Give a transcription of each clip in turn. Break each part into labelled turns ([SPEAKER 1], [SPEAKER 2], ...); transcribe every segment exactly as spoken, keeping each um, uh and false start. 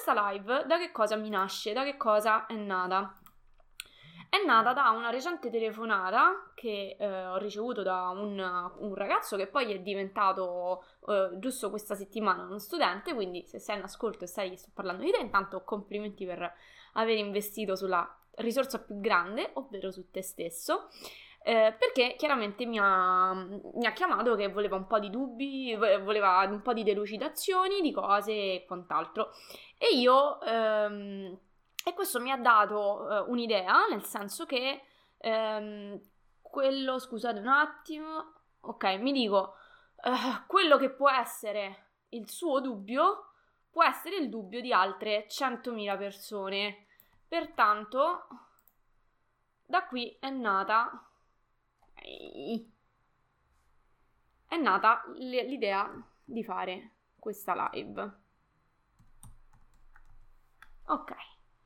[SPEAKER 1] questa live da che cosa mi nasce? Da che cosa è nata? È nata da una recente telefonata che eh, ho ricevuto da un, un ragazzo che poi è diventato eh, giusto questa settimana uno studente, quindi se sei in ascolto e sai che sto parlando di te, intanto complimenti per aver investito sulla risorsa più grande, ovvero su te stesso, eh, perché chiaramente mi ha, mi ha chiamato che voleva un po' di dubbi, voleva un po' di delucidazioni di cose e quant'altro. E io... Ehm, E questo mi ha dato eh, un'idea, nel senso che ehm, quello, scusate un attimo, ok, mi dico, eh, quello che può essere il suo dubbio, può essere il dubbio di altre centomila persone. Pertanto, da qui è nata, è nata l'idea di fare questa live. Ok.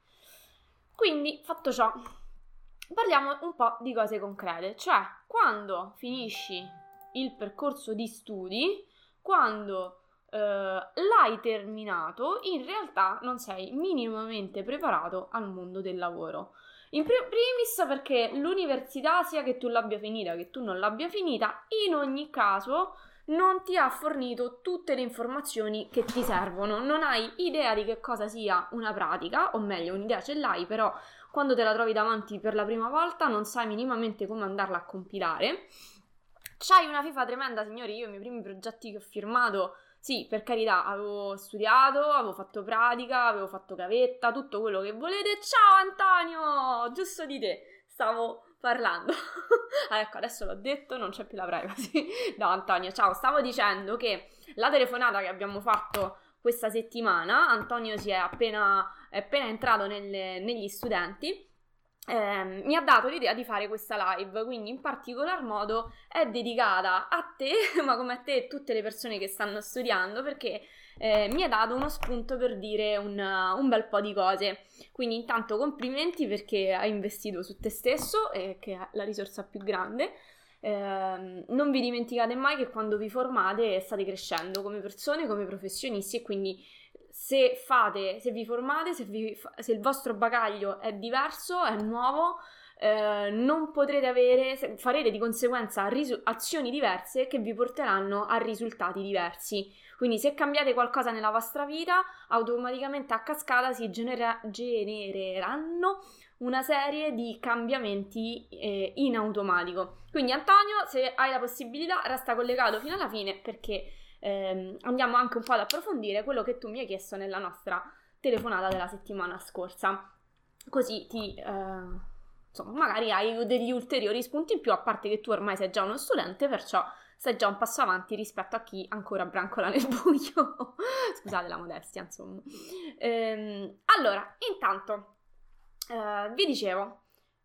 [SPEAKER 1] Quindi, fatto ciò, parliamo un po' di cose concrete, cioè quando finisci il percorso di studi, quando eh, l'hai terminato, in realtà non sei minimamente preparato al mondo del lavoro. In primis perché l'università, sia che tu l'abbia finita che tu non l'abbia finita, in ogni caso non ti ha fornito tutte le informazioni che ti servono, non hai idea di che cosa sia una pratica, o meglio, un'idea ce l'hai, però quando te la trovi davanti per la prima volta non sai minimamente come andarla a compilare. C'hai una fifa tremenda, signori. Io i miei primi progetti che ho firmato, sì, per carità, avevo studiato, avevo fatto pratica, avevo fatto gavetta, tutto quello che volete. Ciao Antonio, giusto di te stavo parlando. Ah, ecco, adesso l'ho detto, non c'è più la privacy. No, Antonio, ciao, stavo dicendo che la telefonata che abbiamo fatto questa settimana, Antonio si è appena, è appena entrato nelle, negli studenti, eh, mi ha dato l'idea di fare questa live, quindi in particolar modo è dedicata a te, ma come a te e tutte le persone che stanno studiando, perché eh, mi ha dato uno spunto per dire un, un bel po' di cose. Quindi intanto complimenti perché hai investito su te stesso, eh, che è la risorsa più grande. Eh, non vi dimenticate mai che quando vi formate state crescendo come persone, come professionisti, e quindi se fate, se vi formate, se, vi, se il vostro bagaglio è diverso, è nuovo, eh, non potrete avere, farete di conseguenza risu- azioni diverse che vi porteranno a risultati diversi. Quindi se cambiate qualcosa nella vostra vita, automaticamente a cascata si genera- genereranno una serie di cambiamenti eh, in automatico. Quindi Antonio, se hai la possibilità, resta collegato fino alla fine, perché ehm, andiamo anche un po' ad approfondire quello che tu mi hai chiesto nella nostra telefonata della settimana scorsa. Così ti eh, insomma, magari hai degli ulteriori spunti in più, a parte che tu ormai sei già uno studente, perciò sei già un passo avanti rispetto a chi ancora brancola nel buio. Scusate la modestia, insomma. Ehm, allora, intanto Uh, vi dicevo,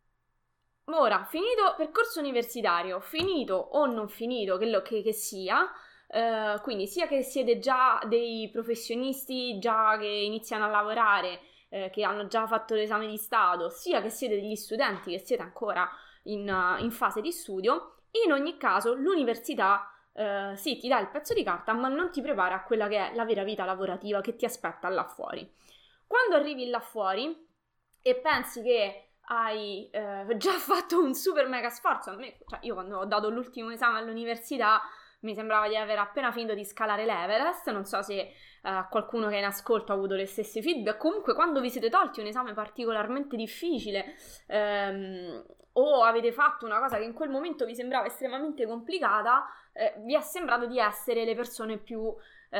[SPEAKER 1] ora, finito percorso universitario, finito o non finito, che, lo, che, che sia, uh, quindi sia che siete già dei professionisti, già che iniziano a lavorare, eh, che hanno già fatto l'esame di Stato, sia che siete degli studenti, che siete ancora in, uh, in fase di studio, in ogni caso l'università uh, sì, ti dà il pezzo di carta, ma non ti prepara a quella che è la vera vita lavorativa che ti aspetta là fuori. Quando arrivi là fuori e pensi che hai eh, già fatto un super mega sforzo, a me, cioè io quando ho dato l'ultimo esame all'università mi sembrava di aver appena finito di scalare l'Everest, non so se eh, qualcuno che è in ascolto ha avuto le stesse feedback. Comunque quando vi siete tolti un esame particolarmente difficile ehm, o avete fatto una cosa che in quel momento vi sembrava estremamente complicata, eh, vi è sembrato di essere le persone più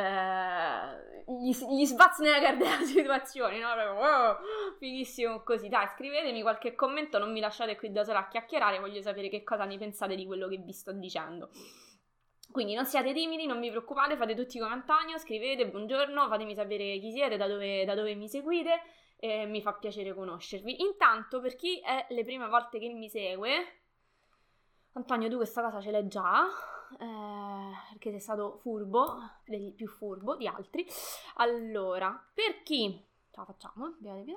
[SPEAKER 1] Uh, gli, gli Schwarzenegger della situazione, no? Oh, fighissimo così. Dai, scrivetemi qualche commento, non mi lasciate qui da sola a chiacchierare, voglio sapere che cosa ne pensate di quello che vi sto dicendo. Quindi non siate timidi, non vi preoccupate, fate tutti come Antonio, scrivete buongiorno, fatemi sapere chi siete, da dove, da dove mi seguite, e mi fa piacere conoscervi. Intanto, per chi è le prime volte che mi segue, Antonio, tu questa cosa ce l'hai già, eh, perché sei stato furbo, del più furbo di altri. Allora, per chi... Ce la facciamo, via via.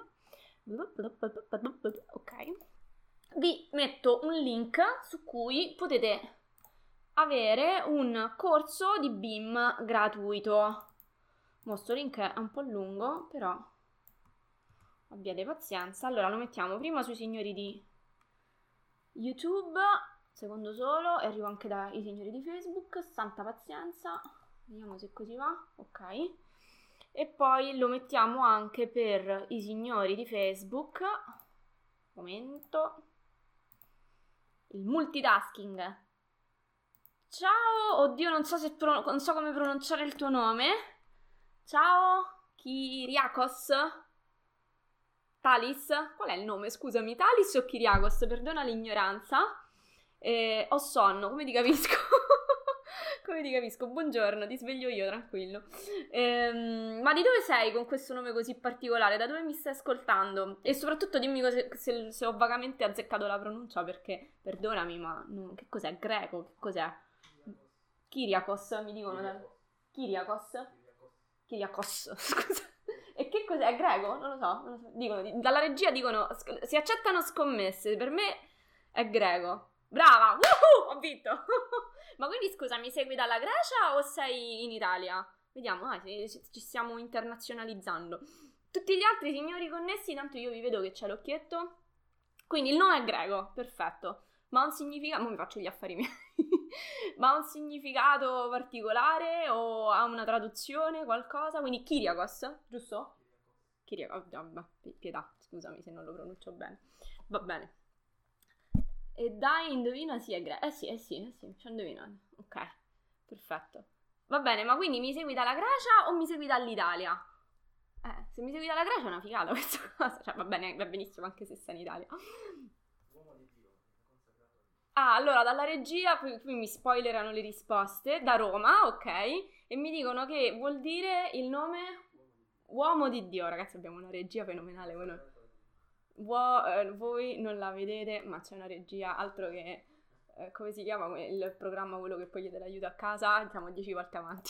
[SPEAKER 1] Ok. Vi metto un link su cui potete avere un corso di B I M gratuito. Mo sto link è un po' lungo, però abbiate pazienza. Allora lo mettiamo prima sui signori di YouTube, secondo solo, e arrivo anche dai signori di Facebook, santa pazienza, vediamo se così va, ok. E poi lo mettiamo anche per i signori di Facebook, momento, il multitasking. Ciao, oddio non so se pro- non so come pronunciare il tuo nome. Ciao, Kyriakos? Talis? Qual è il nome? Scusami, Talis o Kyriakos? Perdona l'ignoranza. Eh, ho sonno, come ti capisco? Come ti capisco? Buongiorno, ti sveglio io, tranquillo. Ehm, ma di dove sei con questo nome così particolare? Da dove mi stai ascoltando? E soprattutto dimmi cose- se, se ho vagamente azzeccato la pronuncia, perché, perdonami, ma non- che cos'è? Greco? Che cos'è? Kyriakos, mi dicono. da- Kyriakos? Kyriakos, scusa. E che cos'è? È greco? Non lo so, non lo so. Dicono, dalla regia dicono, sc- si accettano scommesse, per me è greco. Brava! Woohoo! Ho vinto! Ma quindi scusa, mi segui dalla Grecia o sei in Italia? Vediamo, ah, ci ci stiamo internazionalizzando. Tutti gli altri signori connessi, tanto io vi vedo che c'è l'occhietto. Quindi il nome è greco, perfetto. Ma ha un significato... Mo mi faccio gli affari miei. Ma ha un significato particolare o ha una traduzione, qualcosa? Quindi Kyriakos, giusto? Kyriakos, vabbè, pietà, scusami se non lo pronuncio bene. Va bene. E dai, indovina, sì, è greco. Eh sì, eh sì, eh sì, ci ho indovinato. Ok, perfetto. Va bene, ma quindi mi segui dalla Grecia o mi segui dall'Italia? Eh, se mi segui dalla Grecia è una figata questa cosa. Cioè, va bene, va benissimo anche se sei in Italia. Ah, allora, dalla regia, qui, qui mi spoilerano le risposte, da Roma, ok, e mi dicono che vuol dire il nome uomo di Dio. Ragazzi, abbiamo una regia fenomenale, voi non, Vuo- eh, voi non la vedete, ma c'è una regia, altro che, eh, come si chiama que- il programma, quello che poi chiede l'aiuto a casa, siamo dieci volte avanti.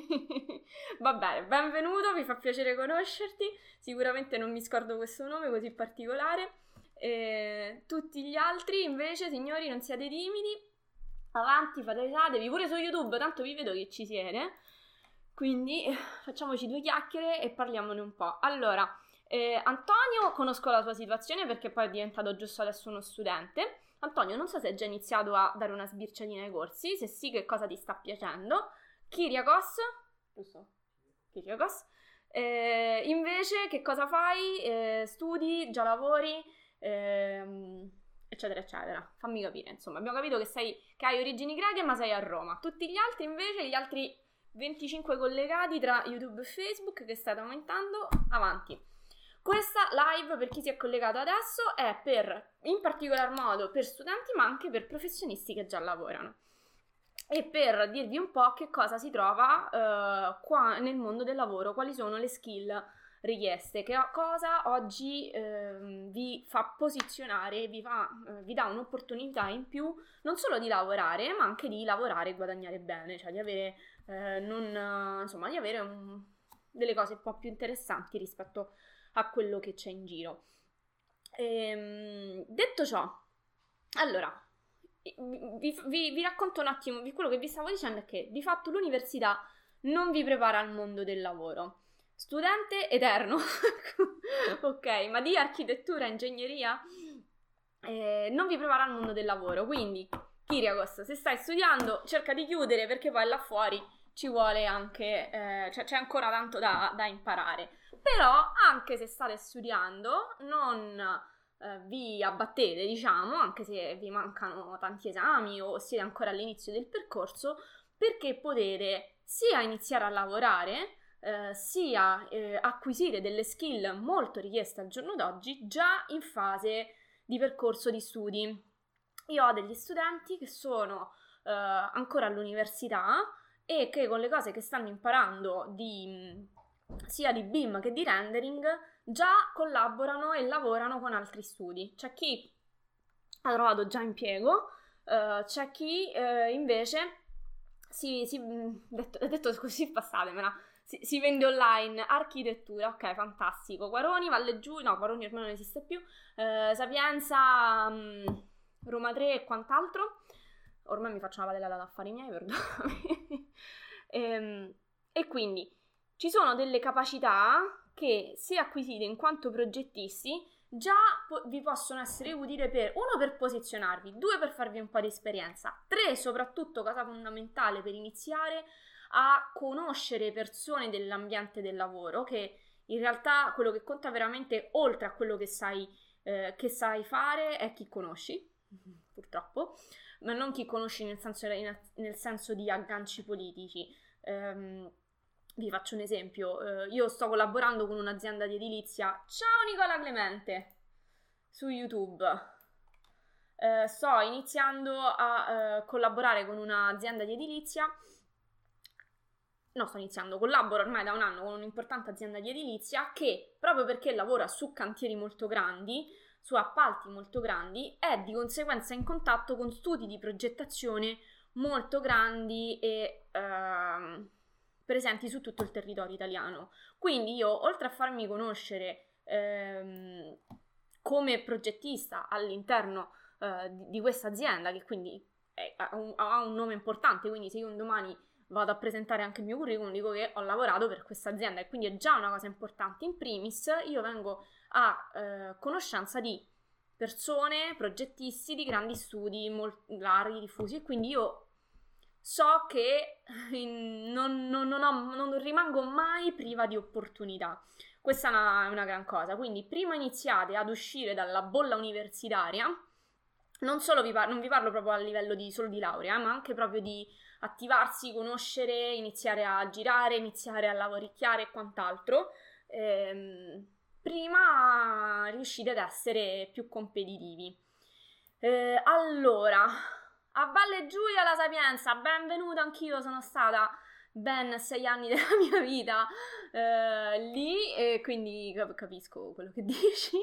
[SPEAKER 1] Va bene, benvenuto, mi fa piacere conoscerti, sicuramente non mi scordo questo nome così particolare. E tutti gli altri invece, signori, non siate timidi, avanti, fatevi pure su YouTube, tanto vi vedo che ci siete, quindi eh, facciamoci due chiacchiere e parliamone un po'. Allora, eh, Antonio, conosco la sua situazione perché poi è diventato giusto adesso uno studente. Antonio, non so se hai già iniziato a dare una sbirciatina ai corsi, se sì, che cosa ti sta piacendo. Kyriakos, giusto? Kyriakos. Eh, invece, che cosa fai? Eh, studi, già lavori, ehm, eccetera, eccetera. Fammi capire, insomma, abbiamo capito che sei, che hai origini greche, ma sei a Roma. Tutti gli altri, invece, gli altri venticinque collegati tra YouTube e Facebook, che state aumentando, avanti. Questa live, per chi si è collegato adesso, è per, in particolar modo per studenti, ma anche per professionisti che già lavorano, e per dirvi un po' che cosa si trova eh, qua nel mondo del lavoro, quali sono le skill richieste, che cosa oggi eh, vi fa posizionare, vi, fa, eh, vi dà un'opportunità in più non solo di lavorare, ma anche di lavorare e guadagnare bene, cioè di avere, eh, non, insomma, di avere un, delle cose un po' più interessanti rispetto a quello che c'è in giro. Ehm, detto ciò, allora vi, vi, vi racconto un attimo, quello che vi stavo dicendo è che di fatto l'università non vi prepara al mondo del lavoro. Studente eterno, ok, ma di architettura, ingegneria, eh, non vi prepara al mondo del lavoro. Quindi, Kyriakos, se stai studiando, cerca di chiudere, perché poi là fuori ci vuole anche, eh, cioè c'è ancora tanto da, da imparare. Però, anche se state studiando, non eh, vi abbattete, diciamo, anche se vi mancano tanti esami o siete ancora all'inizio del percorso, perché potete sia iniziare a lavorare, eh, sia eh, acquisire delle skill molto richieste al giorno d'oggi già in fase di percorso di studi. Io ho degli studenti che sono eh, ancora all'università e che con le cose che stanno imparando di, sia di B I M che di rendering già collaborano e lavorano con altri studi. C'è chi ha trovato già impiego, eh, c'è chi eh, invece si, si detto, detto così, passatemela, si, si vende online. Architettura, ok, fantastico. Quaroni, Valle Giulia, no, Quaroni ormai non esiste più, eh, Sapienza, mh, Roma tre e quant'altro. Ormai mi faccio una padellata da affari miei, perdonami. e, e quindi ci sono delle capacità che se acquisite in quanto progettisti già po- vi possono essere utili per, uno, per posizionarvi, due, per farvi un po' di esperienza, tre, soprattutto, cosa fondamentale per iniziare, a conoscere persone dell'ambiente del lavoro, che in realtà quello che conta veramente, oltre a quello che sai, eh, che sai fare, è chi conosci, purtroppo, ma non chi conosci nel senso, nel senso di agganci politici. Um, vi faccio un esempio, uh, io sto collaborando con un'azienda di edilizia. Ciao Nicola Clemente su YouTube. Uh, sto iniziando a uh, collaborare con un'azienda di edilizia. No, sto iniziando, collaboro ormai da un anno con un'importante azienda di edilizia che, proprio perché lavora su cantieri molto grandi, su appalti molto grandi, è di conseguenza in contatto con studi di progettazione molto grandi e ehm, presenti su tutto il territorio italiano. Quindi io, oltre a farmi conoscere ehm, come progettista all'interno eh, di, di questa azienda, che quindi è, ha, un, ha un nome importante, quindi se io un domani vado a presentare anche il mio curriculum, dico che ho lavorato per questa azienda e quindi è già una cosa importante. In primis, io vengo a eh, conoscenza di persone, progettisti di grandi studi molto larghi, diffusi, e quindi io so che in, non, non, non, ho, non rimango mai priva di opportunità. Questa è una, è una gran cosa. Quindi prima iniziate ad uscire dalla bolla universitaria, non solo vi, par- non vi parlo proprio a livello di, solo di laurea, ma anche proprio di attivarsi, conoscere, iniziare a girare, iniziare a lavoricchiare e quant'altro. Ehm, prima riuscite ad essere più competitivi. Eh, allora, a Valle Giulia La Sapienza, benvenuta, anch'io sono stata ben sei anni della mia vita eh, lì, e quindi cap- capisco quello che dici.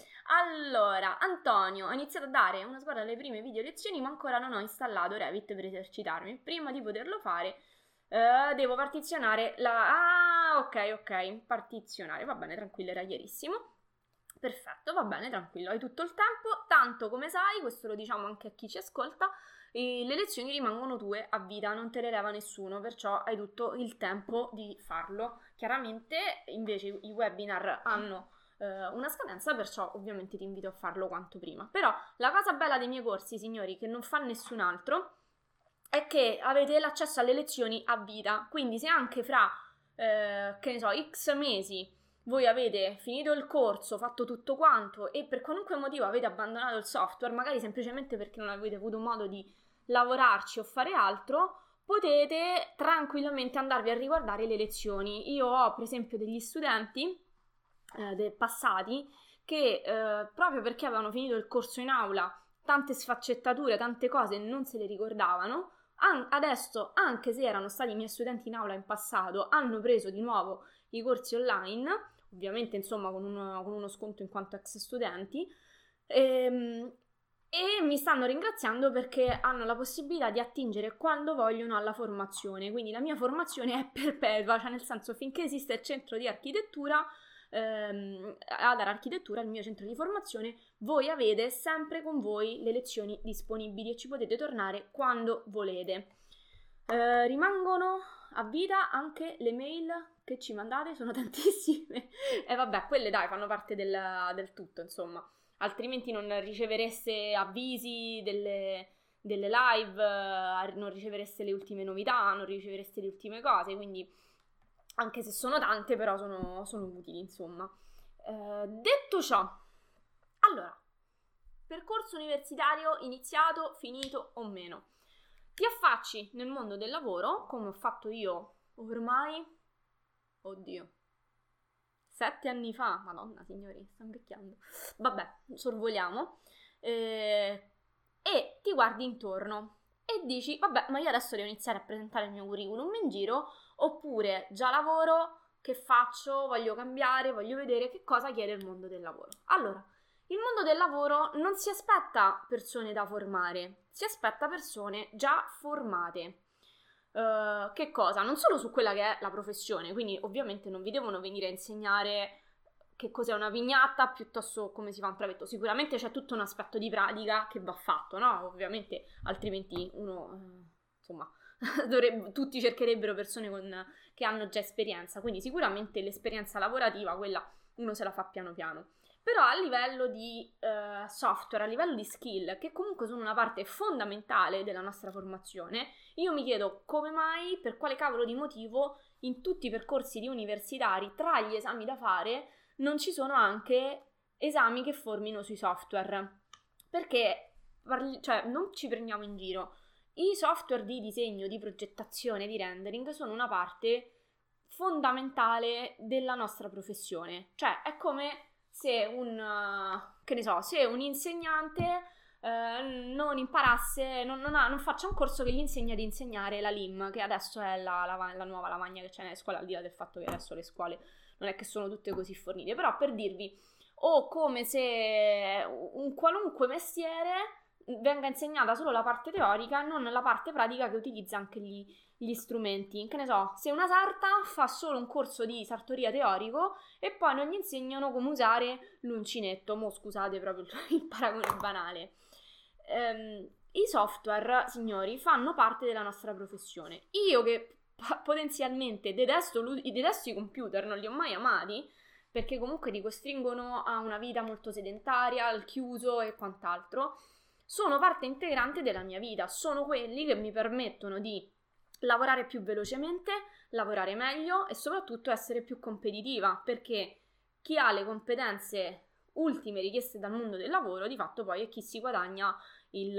[SPEAKER 1] Allora, Antonio, ho iniziato a dare una sguardo alle prime video lezioni, ma ancora non ho installato Revit per esercitarmi. Prima di poterlo fare, eh, devo partizionare la... Ah, ok, ok, partizionare, va bene, tranquillo, era chiarissimo. Perfetto, va bene, tranquillo, hai tutto il tempo. Tanto, come sai, questo lo diciamo anche a chi ci ascolta, e le lezioni rimangono tue a vita, non te le leva nessuno, perciò hai tutto il tempo di farlo. Chiaramente, invece, i webinar hanno una scadenza, perciò ovviamente ti invito a farlo quanto prima. Però la cosa bella dei miei corsi, signori, che non fa nessun altro, è che avete l'accesso alle lezioni a vita. Quindi se anche fra eh, che ne so, x mesi voi avete finito il corso, fatto tutto quanto e per qualunque motivo avete abbandonato il software, magari semplicemente perché non avete avuto modo di lavorarci o fare altro, potete tranquillamente andarvi a riguardare le lezioni. Io ho per esempio degli studenti Eh, passati che eh, proprio perché avevano finito il corso in aula, tante sfaccettature, tante cose non se le ricordavano, an- adesso, anche se erano stati miei studenti in aula in passato, hanno preso di nuovo i corsi online, ovviamente insomma con uno, con uno sconto in quanto ex studenti, ehm, e mi stanno ringraziando perché hanno la possibilità di attingere quando vogliono alla formazione. Quindi la mia formazione è perpetua, cioè nel senso, finché esiste il centro di architettura, ehm, Adar Architettura, il mio centro di formazione, voi avete sempre con voi le lezioni disponibili e ci potete tornare quando volete. Eh, rimangono a vita anche le mail che ci mandate, sono tantissime e vabbè, quelle dai fanno parte del, del tutto, insomma, altrimenti non ricevereste avvisi delle, delle live, eh, non ricevereste le ultime novità, non ricevereste le ultime cose, quindi anche se sono tante, però sono, sono utili, insomma. Eh, detto ciò, allora, percorso universitario iniziato, finito o meno? Ti affacci nel mondo del lavoro, come ho fatto io ormai, oddio, sette anni fa, madonna signori, sto invecchiando, vabbè, sorvoliamo, eh, e ti guardi intorno e dici, vabbè, ma io adesso devo iniziare a presentare il mio curriculum in giro, oppure già lavoro, che faccio, voglio cambiare, voglio vedere che cosa chiede il mondo del lavoro. Allora, il mondo del lavoro non si aspetta persone da formare, si aspetta persone già formate. Uh, che cosa? Non solo su quella che è la professione, quindi ovviamente non vi devono venire a insegnare che cos'è una vignatta piuttosto come si fa un travetto. Sicuramente c'è tutto un aspetto di pratica che va fatto, no? Ovviamente, altrimenti uno, eh, insomma, dovrebbe, tutti cercherebbero persone con, che hanno già esperienza, quindi sicuramente l'esperienza lavorativa, quella uno se la fa piano piano. Però a livello di uh, software, a livello di skill, che comunque sono una parte fondamentale della nostra formazione, io mi chiedo come mai, per quale cavolo di motivo, in tutti i percorsi di universitari, tra gli esami da fare, non ci sono anche esami che formino sui software. Perché, cioè, non ci prendiamo in giro. I software di disegno, di progettazione, di rendering sono una parte fondamentale della nostra professione. Cioè, è come se un, uh, che ne so, se un insegnante uh, non imparasse, non, non, ha, non faccia un corso che gli insegna di insegnare la L I M, che adesso è la, la, la nuova lavagna che c'è nelle scuole, al di là del fatto che adesso le scuole non è che sono tutte così fornite, però per dirvi, o come se un qualunque mestiere venga insegnata solo la parte teorica e non la parte pratica che utilizza anche gli, gli strumenti. Che ne so, se una sarta fa solo un corso di sartoria teorico e poi non gli insegnano come usare l'uncinetto, mo scusate proprio il paragone banale. Ehm, i software, signori, fanno parte della nostra professione. Io che potenzialmente detesto, detesto i computer, non li ho mai amati, perché comunque ti costringono a una vita molto sedentaria, al chiuso e quant'altro, sono parte integrante della mia vita, sono quelli che mi permettono di lavorare più velocemente, lavorare meglio e soprattutto essere più competitiva, perché chi ha le competenze ultime richieste dal mondo del lavoro di fatto poi è chi si guadagna il,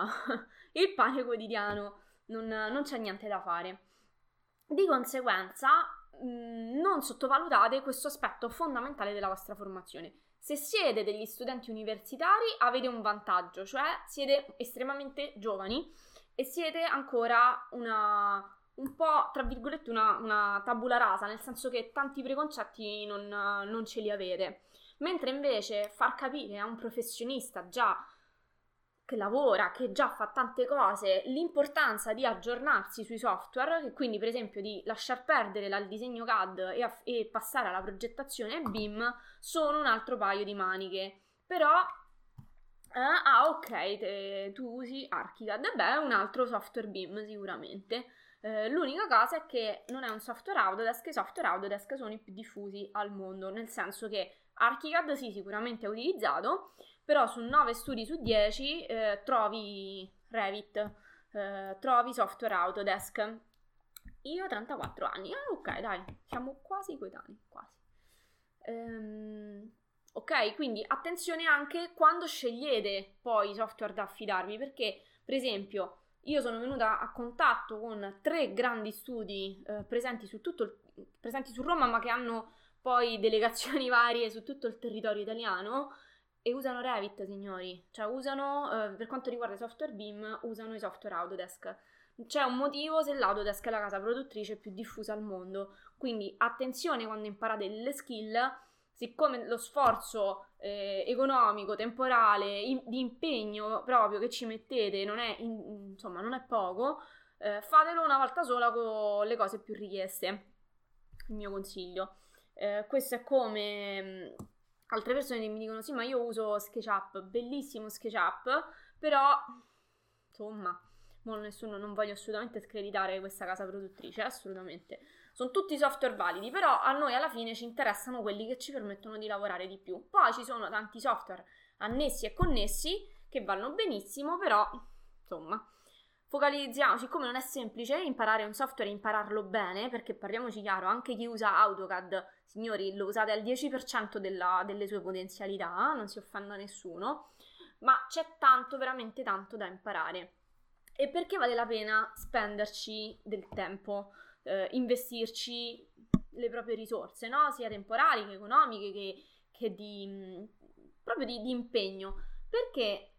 [SPEAKER 1] il pane quotidiano, non, non c'è niente da fare. Di conseguenza mh, non sottovalutate questo aspetto fondamentale della vostra formazione. Se siete degli studenti universitari avete un vantaggio, cioè siete estremamente giovani e siete ancora una, un po', tra virgolette, una, una tabula rasa, nel senso che tanti preconcetti non, non ce li avete. Mentre invece far capire a un professionista già che lavora, che già fa tante cose, l'importanza di aggiornarsi sui software, e quindi per esempio di lasciar perdere il disegno C A D e, a, e passare alla progettazione B I M, sono un altro paio di maniche. Però, eh, ah ok, te, tu usi ArchiCAD, e beh, è un altro software B I M sicuramente. Eh, l'unica cosa è che non è un software Autodesk, i software Autodesk sono i più diffusi al mondo, nel senso che ArchiCAD sì, sicuramente è utilizzato, però su nove studi su dieci eh, trovi Revit, eh, trovi software Autodesk. Io ho trentaquattro anni, ah, ok dai, siamo quasi coetanei, quasi. Ehm, ok, quindi attenzione anche quando scegliete poi i software da affidarvi, perché per esempio io sono venuta a contatto con tre grandi studi eh, presenti su tutto il, presenti su Roma, ma che hanno poi delegazioni varie su tutto il territorio italiano, e usano Revit, signori, cioè usano, eh, per quanto riguarda i software B I M, usano i software Autodesk. C'è un motivo se l'Autodesk è la casa produttrice più diffusa al mondo, quindi attenzione quando imparate delle skill, siccome lo sforzo eh, economico, temporale, in, di impegno proprio che ci mettete non è, in, insomma, non è poco, eh, fatelo una volta sola con le cose più richieste, il mio consiglio. Eh, questo è come... Altre persone mi dicono sì, ma io uso SketchUp, bellissimo SketchUp, però insomma, nessuno, non voglio assolutamente screditare questa casa produttrice, assolutamente. Sono tutti software validi, però a noi alla fine ci interessano quelli che ci permettono di lavorare di più. Poi ci sono tanti software annessi e connessi che vanno benissimo, però insomma, focalizziamo, siccome non è semplice imparare un software e impararlo bene, perché parliamoci chiaro, anche chi usa AutoCAD, signori, lo usate al dieci per cento della, delle sue potenzialità, non si offenda nessuno, ma c'è tanto, veramente tanto da imparare. E perché vale la pena spenderci del tempo, eh, investirci le proprie risorse, no? Sia temporali che economiche che, che di, proprio di, di impegno, perché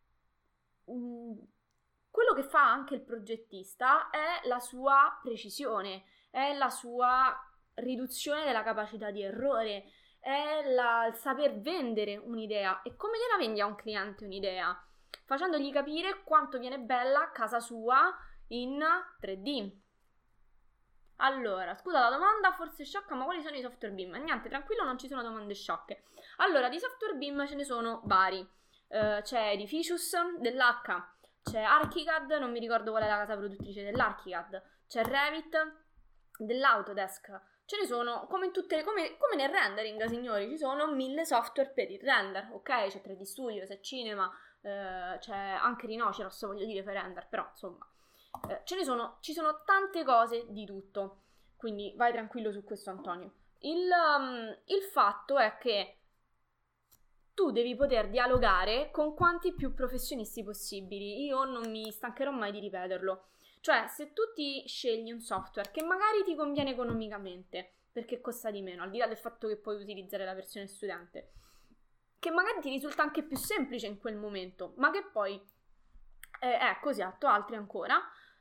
[SPEAKER 1] mh, quello che fa anche il progettista è la sua precisione, è la sua riduzione della capacità di errore, è la, il saper vendere un'idea. E come gliela vendi a un cliente un'idea? Facendogli capire quanto viene bella casa sua in tre D. Allora, scusa la domanda, forse sciocca, ma quali sono i software B I M? Niente, tranquillo, non ci sono domande sciocche. Allora, di software B I M ce ne sono vari. Uh, c'è Edificius dell'H, c'è Archicad, non mi ricordo qual è la casa produttrice dell'Archicad, c'è Revit, dell'Autodesk, ce ne sono, come in tutte le, come, come nel rendering, signori, ci sono mille software per il render, ok? C'è tre D Studio, c'è Cinema, eh, c'è anche Rhinoceros, voglio dire, per render, però insomma, eh, ce ne sono, ci sono tante cose di tutto, quindi vai tranquillo su questo, Antonio. Il, um, il fatto è che tu devi poter dialogare con quanti più professionisti possibili, io non mi stancherò mai di ripeterlo. Cioè, se tu ti scegli un software che magari ti conviene economicamente, perché costa di meno, al di là del fatto che puoi utilizzare la versione studente, che magari ti risulta anche più semplice in quel momento, ma che poi eh, è così, atto altri ancora,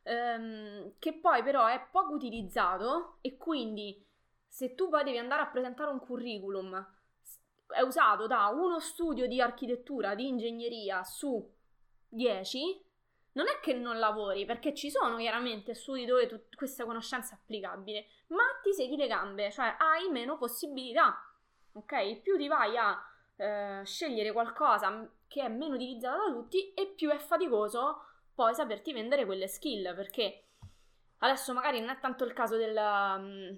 [SPEAKER 1] ehm, che poi però è poco utilizzato e quindi se tu poi devi andare a presentare un curriculum, è usato da uno studio di architettura, di ingegneria su dieci, non è che non lavori, perché ci sono chiaramente studi dove tu, questa conoscenza è applicabile, ma ti segui le gambe, cioè hai meno possibilità, ok? Più ti vai a eh, scegliere qualcosa che è meno utilizzato da tutti e più è faticoso poi saperti vendere quelle skill, perché adesso magari non è tanto il caso del... Um,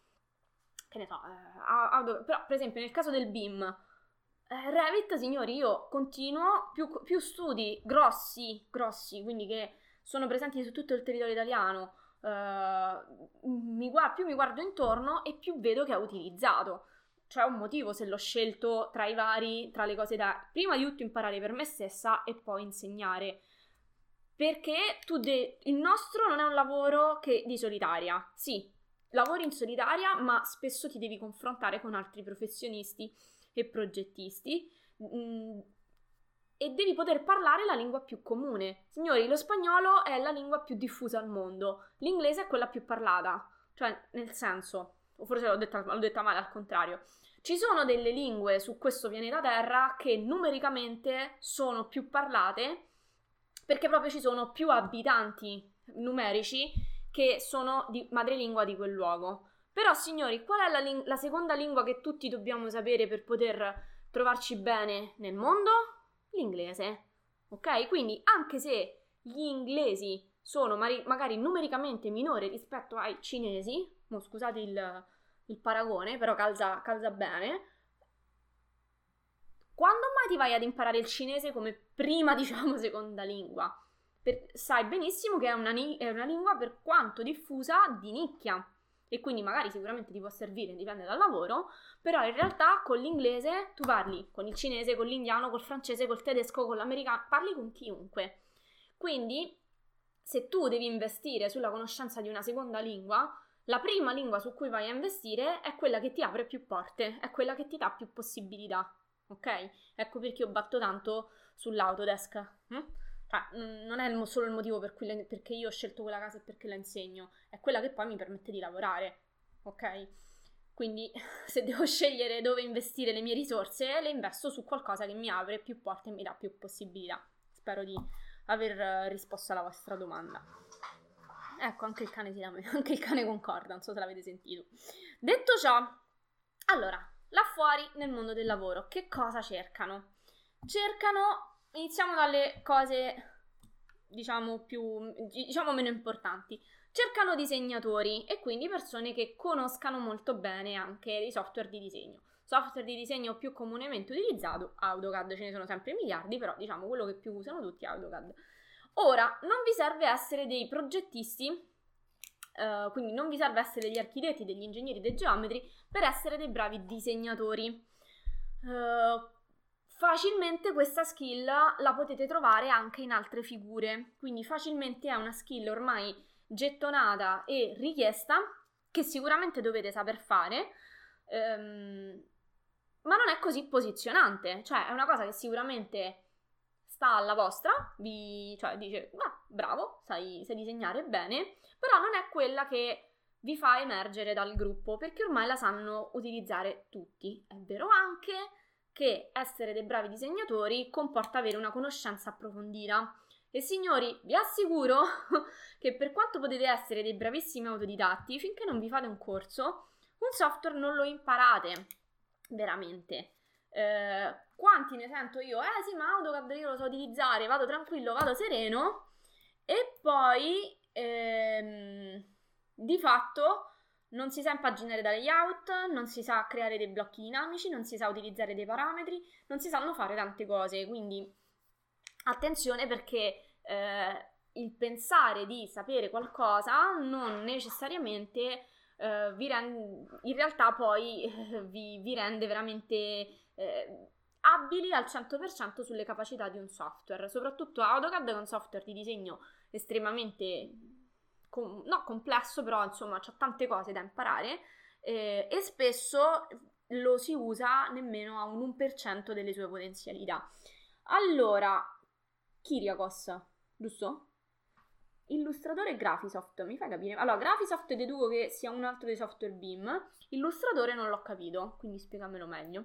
[SPEAKER 1] che ne so, eh, auto, però per esempio nel caso del B I M, eh, Revit, signori, io continuo, più, più studi grossi, grossi, quindi che sono presenti su tutto il territorio italiano, eh, mi guardo, più mi guardo intorno e più vedo che è utilizzato. C'è un motivo se l'ho scelto tra i vari, tra le cose da prima di tutto imparare per me stessa e poi insegnare. Perché tu de- il nostro non è un lavoro che di solitaria, sì, lavori in solitaria, ma spesso ti devi confrontare con altri professionisti e progettisti mh, e devi poter parlare la lingua più comune. Signori, lo spagnolo è la lingua più diffusa al mondo, l'inglese è quella più parlata, cioè nel senso, o forse l'ho detta, l'ho detta male, al contrario. Ci sono delle lingue su questo pianeta Terra che numericamente sono più parlate perché proprio ci sono più abitanti numerici che sono di madrelingua di quel luogo. Però, signori, qual è la, ling- la seconda lingua che tutti dobbiamo sapere per poter trovarci bene nel mondo? L'inglese, ok? Quindi, anche se gli inglesi sono mari- magari numericamente minori rispetto ai cinesi, mo scusate il, il paragone, però calza, calza bene, quando mai ti vai ad imparare il cinese come prima, diciamo, seconda lingua? Per, sai benissimo che è una, è una lingua per quanto diffusa di nicchia e quindi magari sicuramente ti può servire, dipende dal lavoro, però in realtà con l'inglese tu parli con il cinese, con l'indiano, col francese, col tedesco, con l'americano, parli con chiunque. Quindi se tu devi investire sulla conoscenza di una seconda lingua, la prima lingua su cui vai a investire è quella che ti apre più porte, è quella che ti dà più possibilità, ok? Ecco perché io batto tanto sull'Autodesk. Hm? Cioè, non è solo il motivo per cui le, perché io ho scelto quella casa e perché la insegno, è quella che poi mi permette di lavorare, ok? Quindi se devo scegliere dove investire le mie risorse, le investo su qualcosa che mi apre più porte e mi dà più possibilità. Spero di aver risposto alla vostra domanda. Ecco, anche il cane si lamenta, anche il cane concorda, non so se l'avete sentito. Detto ciò, allora, là fuori nel mondo del lavoro, che cosa cercano? Cercano... Iniziamo dalle cose, diciamo, più, diciamo meno importanti. Cercano disegnatori e quindi persone che conoscano molto bene anche i software di disegno. Software di disegno più comunemente utilizzato, AutoCAD, ce ne sono sempre miliardi, però diciamo quello che più usano tutti è AutoCAD. Ora, non vi serve essere dei progettisti, uh, quindi non vi serve essere degli architetti, degli ingegneri, dei geometri per essere dei bravi disegnatori. Uh, Facilmente questa skill la potete trovare anche in altre figure, quindi facilmente è una skill ormai gettonata e richiesta che sicuramente dovete saper fare, ehm, ma non è così posizionante, cioè è una cosa che sicuramente sta alla vostra, vi, cioè dice, ah, bravo, sai, sai disegnare bene, però non è quella che vi fa emergere dal gruppo, perché ormai la sanno utilizzare tutti. È vero anche che essere dei bravi disegnatori comporta avere una conoscenza approfondita. E signori, vi assicuro che per quanto potete essere dei bravissimi autodidatti, finché non vi fate un corso, un software non lo imparate veramente. eh, quanti ne sento io? Eh sì, ma AutoCAD io lo so utilizzare, vado tranquillo, vado sereno, e poi ehm, di fatto non si sa impaginare da layout, non si sa creare dei blocchi dinamici, non si sa utilizzare dei parametri, non si sanno fare tante cose, quindi attenzione, perché eh, il pensare di sapere qualcosa non necessariamente eh, vi rende, in realtà poi eh, vi, vi rende veramente eh, abili al cento per cento sulle capacità di un software. Soprattutto AutoCAD è un software di disegno estremamente com- no, complesso, però insomma c'ha tante cose da imparare, eh, e spesso lo si usa nemmeno a un uno per cento delle sue potenzialità. Allora, Kyriakos, giusto? Illustratore e Graphisoft, mi fai capire? Allora, Graphisoft deduco che sia un altro dei software B I M, Illustratore non l'ho capito, quindi spiegamelo meglio.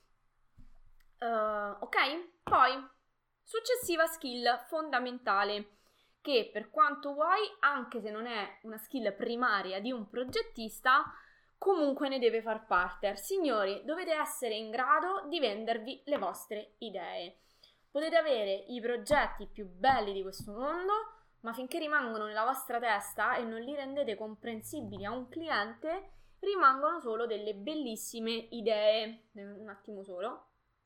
[SPEAKER 1] Uh, ok? Poi, successiva skill fondamentale, che per quanto vuoi, anche se non è una skill primaria di un progettista, comunque ne deve far parte. Signori, dovete essere in grado di vendervi le vostre idee. Potete avere i progetti più belli di questo mondo, ma finché rimangono nella vostra testa e non li rendete comprensibili a un cliente, rimangono solo delle bellissime idee. Un attimo solo.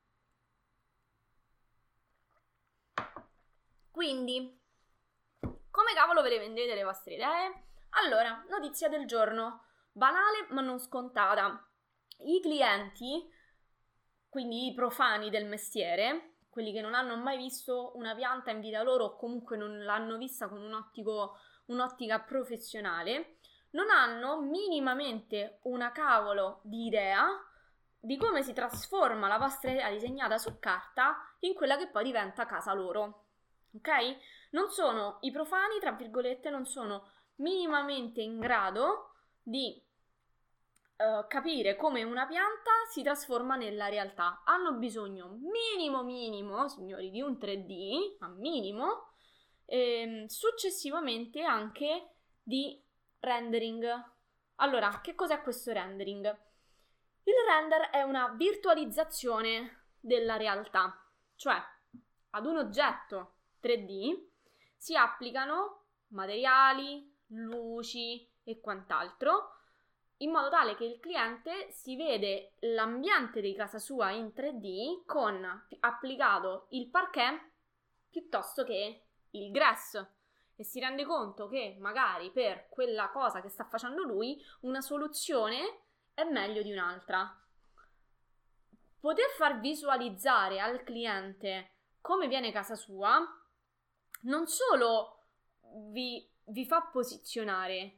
[SPEAKER 1] Quindi, come cavolo ve le vendete le vostre idee? Allora, notizia del giorno, banale ma non scontata. I clienti, quindi i profani del mestiere, quelli che non hanno mai visto una pianta in vita loro o comunque non l'hanno vista con un ottico, un'ottica professionale, non hanno minimamente una cavolo di idea di come si trasforma la vostra idea disegnata su carta in quella che poi diventa casa loro. Ok? Non sono i profani, tra virgolette, non sono minimamente in grado di uh, capire come una pianta si trasforma nella realtà. Hanno bisogno minimo minimo, signori, di un tre D, a minimo, e successivamente anche di rendering. Allora, che cos'è questo rendering? Il render è una virtualizzazione della realtà, cioè ad un oggetto tre D si applicano materiali, luci e quant'altro, in modo tale che il cliente si vede l'ambiente di casa sua in tre D con applicato il parquet piuttosto che il grass, e si rende conto che magari per quella cosa che sta facendo lui una soluzione è meglio di un'altra. Poter far visualizzare al cliente come viene casa sua non solo vi, vi fa posizionare,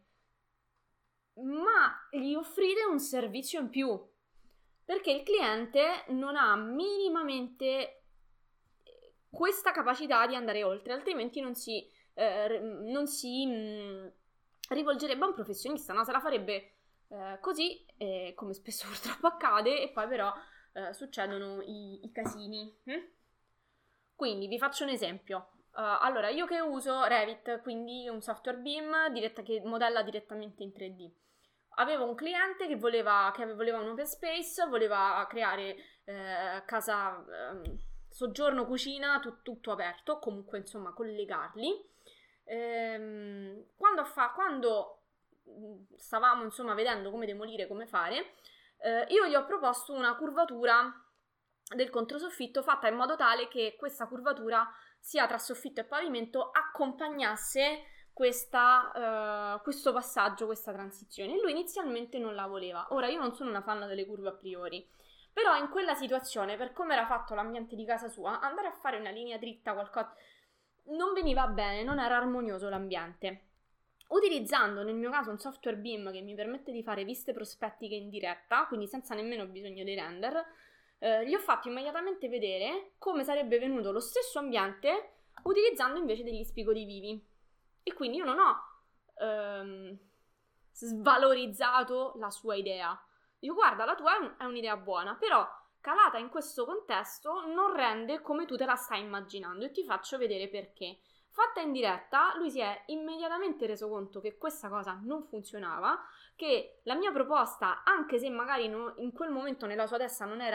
[SPEAKER 1] ma gli offrite un servizio in più, perché il cliente non ha minimamente questa capacità di andare oltre, altrimenti non si, eh, non si mh, rivolgerebbe a un professionista, no? Se la farebbe eh, così, eh, come spesso purtroppo accade, e poi però eh, succedono i, i casini. Hm? Quindi vi faccio un esempio. Uh, allora, io che uso Revit, quindi un software B I M diretta, che modella direttamente in tre D. Avevo un cliente che voleva, che voleva un open space, voleva creare eh, casa, eh, soggiorno, cucina, tut, tutto aperto, comunque insomma collegarli. Ehm, quando, fa, quando stavamo insomma vedendo come demolire, come fare, eh, io gli ho proposto una curvatura del controsoffitto fatta in modo tale che questa curvatura sia tra soffitto e pavimento accompagnasse questa, uh, questo passaggio, questa transizione. Lui inizialmente non la voleva. Ora, io non sono una fan delle curve a priori, però in quella situazione, per come era fatto l'ambiente di casa sua, andare a fare una linea dritta, qualcosa, non veniva bene, non era armonioso l'ambiente. Utilizzando nel mio caso un software B I M che mi permette di fare viste prospettiche in diretta, quindi senza nemmeno bisogno dei render, eh, gli ho fatto immediatamente vedere come sarebbe venuto lo stesso ambiente utilizzando invece degli spigoli vivi. E quindi io non ho ehm, svalorizzato la sua idea. Dico, guarda, la tua è, un, è un'idea buona, però calata in questo contesto non rende come tu te la stai immaginando, e ti faccio vedere perché. Fatta in diretta, lui si è immediatamente reso conto che questa cosa non funzionava, che la mia proposta, anche se magari no, in quel momento nella sua testa non era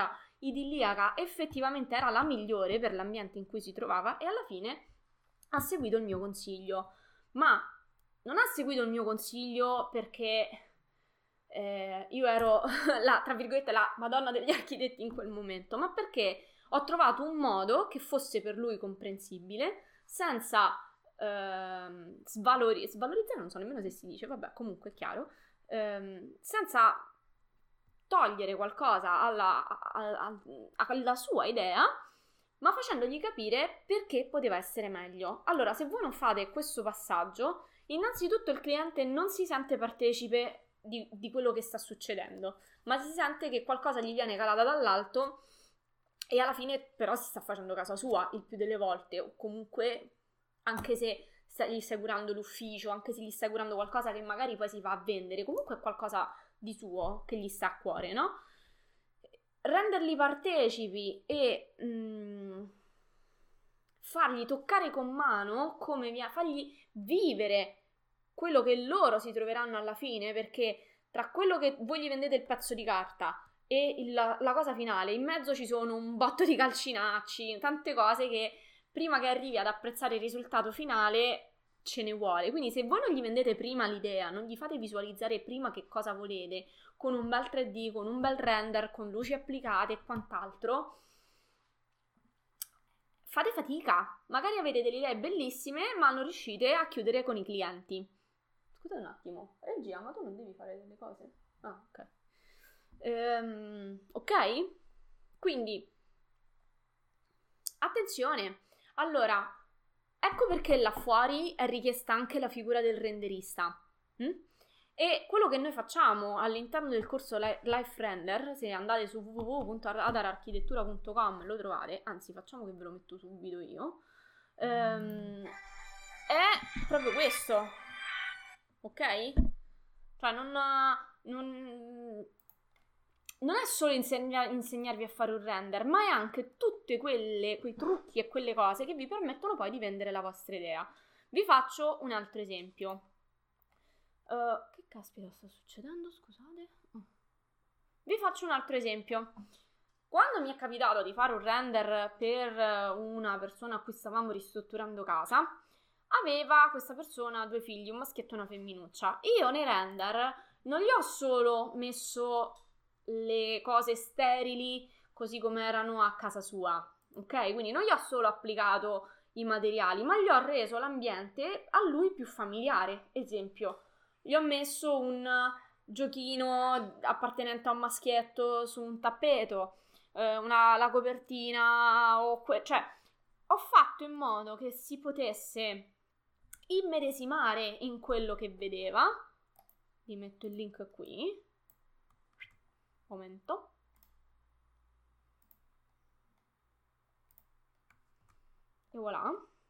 [SPEAKER 1] idilliaca effettivamente era la migliore per l'ambiente in cui si trovava e alla fine ha seguito il mio consiglio. Ma non ha seguito il mio consiglio perché eh, io ero la, tra virgolette, la Madonna degli architetti in quel momento, ma perché ho trovato un modo che fosse per lui comprensibile, senza ehm, svalori- svalorizzare, non so nemmeno se si dice, vabbè, comunque è chiaro, ehm, senza togliere qualcosa alla, alla, alla sua idea, ma facendogli capire perché poteva essere meglio. Allora, se voi non fate questo passaggio, innanzitutto il cliente non si sente partecipe di, di quello che sta succedendo, ma si sente che qualcosa gli viene calata dall'alto e alla fine però si sta facendo casa sua il più delle volte, o comunque anche se gli stai curando l'ufficio, anche se gli stai curando qualcosa che magari poi si va a vendere, comunque è qualcosa di suo che gli sta a cuore, no? Renderli partecipi e mh, fargli toccare con mano, come via, fargli vivere quello che loro si troveranno alla fine, perché tra quello che voi gli vendete il pezzo di carta e il, la cosa finale, in mezzo ci sono un botto di calcinacci, tante cose che prima che arrivi ad apprezzare il risultato finale ce ne vuole. Quindi se voi non gli vendete prima l'idea, non gli fate visualizzare prima che cosa volete, con un bel tre D, con un bel render, con luci applicate e quant'altro, fate fatica. Magari avete delle idee bellissime, ma non riuscite a chiudere con i clienti. Scusa un attimo, regia, ma tu non devi fare delle cose? Ah, ok. Ehm, ok? Quindi, attenzione. Allora, ecco perché là fuori è richiesta anche la figura del renderista. Hm? E quello che noi facciamo all'interno del corso Life Render, se andate su w w w punto adararchitettura punto com lo trovate, anzi facciamo che ve lo metto subito io, ehm, è proprio questo, ok? Cioè non, non, non è solo insegna, insegnarvi a fare un render, ma è anche tutti quei trucchi e quelle cose che vi permettono poi di vendere la vostra idea. Vi faccio un altro esempio. Uh, che caspita sta succedendo? Scusate. Oh. Vi faccio un altro esempio. Quando mi è capitato di fare un render per una persona a cui stavamo ristrutturando casa, aveva questa persona due figli, un maschietto e una femminuccia. Io nei render non gli ho solo messo le cose sterili così come erano a casa sua, ok? Quindi non gli ho solo applicato i materiali, ma gli ho reso l'ambiente a lui più familiare. Esempio, gli ho messo un giochino appartenente a un maschietto su un tappeto, eh, una, la copertina, o que- cioè ho fatto in modo che si potesse immedesimare in quello che vedeva. Vi metto il link qui. Momento. E voilà.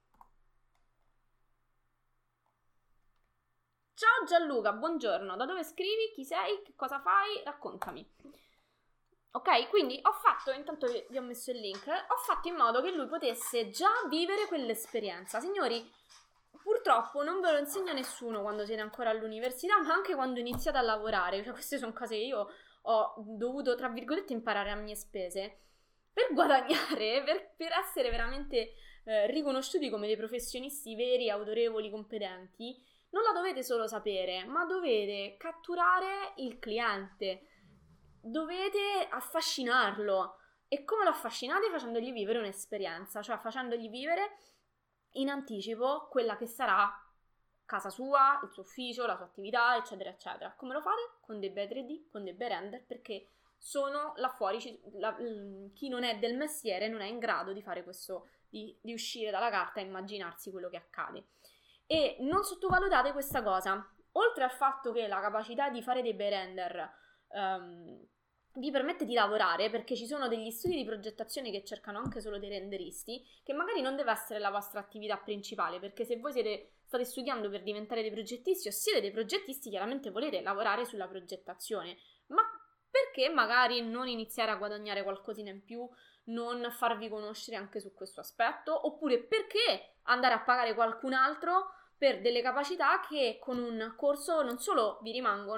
[SPEAKER 1] Ciao Gianluca, buongiorno. Da dove scrivi? Chi sei? Che cosa fai? Raccontami. Ok, quindi ho fatto, intanto vi, vi ho messo il link, ho fatto in modo che lui potesse già vivere quell'esperienza. Signori, purtroppo non ve lo insegna nessuno quando siete ancora all'università, ma anche quando iniziate a lavorare. Cioè, queste sono cose che io ho dovuto, tra virgolette, imparare a mie spese per guadagnare, per, per essere veramente eh, riconosciuti come dei professionisti veri, autorevoli, competenti. Non la dovete solo sapere, ma dovete catturare il cliente, dovete affascinarlo. E come lo affascinate? Facendogli vivere un'esperienza, cioè facendogli vivere in anticipo quella che sarà casa sua, il suo ufficio, la sua attività, eccetera, eccetera. Come lo fate? Con dei bei tre D, con dei bei render, perché sono là fuori, la, chi non è del mestiere non è in grado di fare questo, di, di uscire dalla carta e immaginarsi quello che accade. E non sottovalutate questa cosa. Oltre al fatto che la capacità di fare dei bei render um, vi permette di lavorare, perché ci sono degli studi di progettazione che cercano anche solo dei renderisti, che magari non deve essere la vostra attività principale, perché se voi siete, state studiando per diventare dei progettisti o siete dei progettisti, chiaramente volete lavorare sulla progettazione, ma perché magari non iniziare a guadagnare qualcosina in più, non farvi conoscere anche su questo aspetto, oppure perché andare a pagare qualcun altro per delle capacità che con un corso non solo vi rimangono,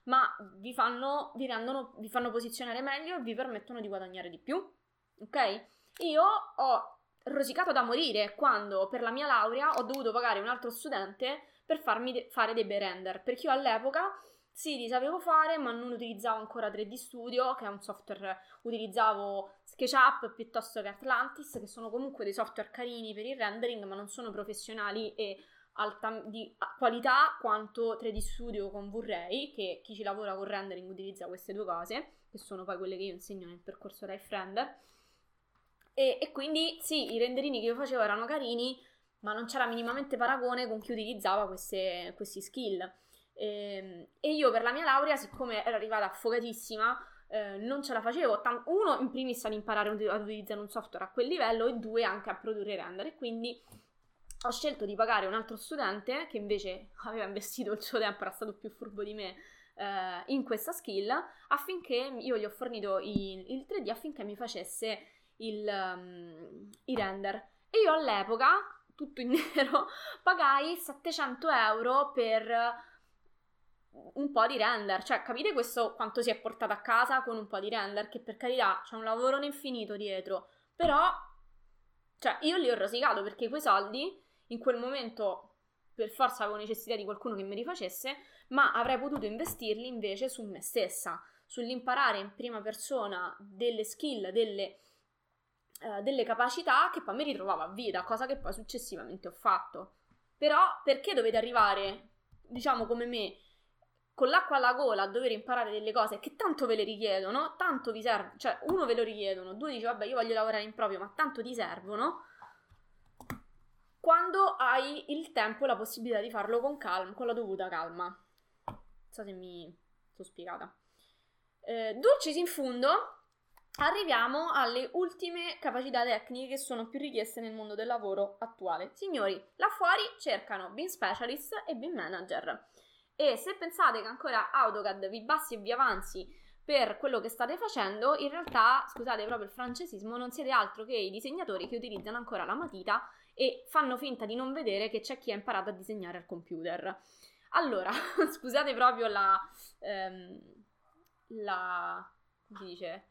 [SPEAKER 1] ma vi fanno, vi rendono, vi fanno posizionare meglio e vi permettono di guadagnare di più, ok? Io ho rosicato da morire quando per la mia laurea ho dovuto pagare un altro studente per farmi de- fare dei bei render, perché io all'epoca sì, li sapevo fare, ma non utilizzavo ancora tre D Studio, che è un software, utilizzavo SketchUp piuttosto che Atlantis, che sono comunque dei software carini per il rendering, ma non sono professionali e alta, di qualità quanto tre D Studio con V-Ray, che chi ci lavora con rendering utilizza queste due cose, che sono poi quelle che io insegno nel percorso Life Render. E, e quindi sì, i renderini che io facevo erano carini, ma non c'era minimamente paragone con chi utilizzava queste, questi skill. E, e io per la mia laurea, siccome ero arrivata affogatissima, eh, non ce la facevo. Tan- uno, in primis ad imparare ad utilizzare un software a quel livello, e due, anche a produrre render. E quindi ho scelto di pagare un altro studente che invece aveva investito il suo tempo, era stato più furbo di me, eh, in questa skill, affinché io gli ho fornito il, il tre D affinché mi facesse il, um, i render. E io all'epoca, tutto in nero, pagai settecento euro per un po' di render. Cioè, capite questo quanto si è portato a casa con un po' di render, che per carità c'è un lavoro infinito dietro, però cioè io li ho rosicato, perché quei soldi in quel momento per forza avevo necessità di qualcuno che mi rifacesse, ma avrei potuto investirli invece su me stessa, sull'imparare in prima persona delle skill, delle, uh, delle capacità che poi mi ritrovavo a vita, cosa che poi successivamente ho fatto. Però perché dovete arrivare, diciamo come me, con l'acqua alla gola a dover imparare delle cose che tanto ve le richiedono, tanto vi servono, cioè uno ve lo richiedono, due dici vabbè io voglio lavorare in proprio, ma tanto ti servono, quando hai il tempo e la possibilità di farlo con calma, con la dovuta calma. Non so se mi sono spiegata. Eh, dulcis in fundo, arriviamo alle ultime capacità tecniche che sono più richieste nel mondo del lavoro attuale. Signori, là fuori cercano B I M Specialist e B I M Manager. E se pensate che ancora AutoCAD vi basti e vi avanzi per quello che state facendo, in realtà, scusate proprio il francesismo, non siete altro che i disegnatori che utilizzano ancora la matita e fanno finta di non vedere che c'è chi ha imparato a disegnare al computer. Allora, scusate proprio la... Ehm, la... come si dice?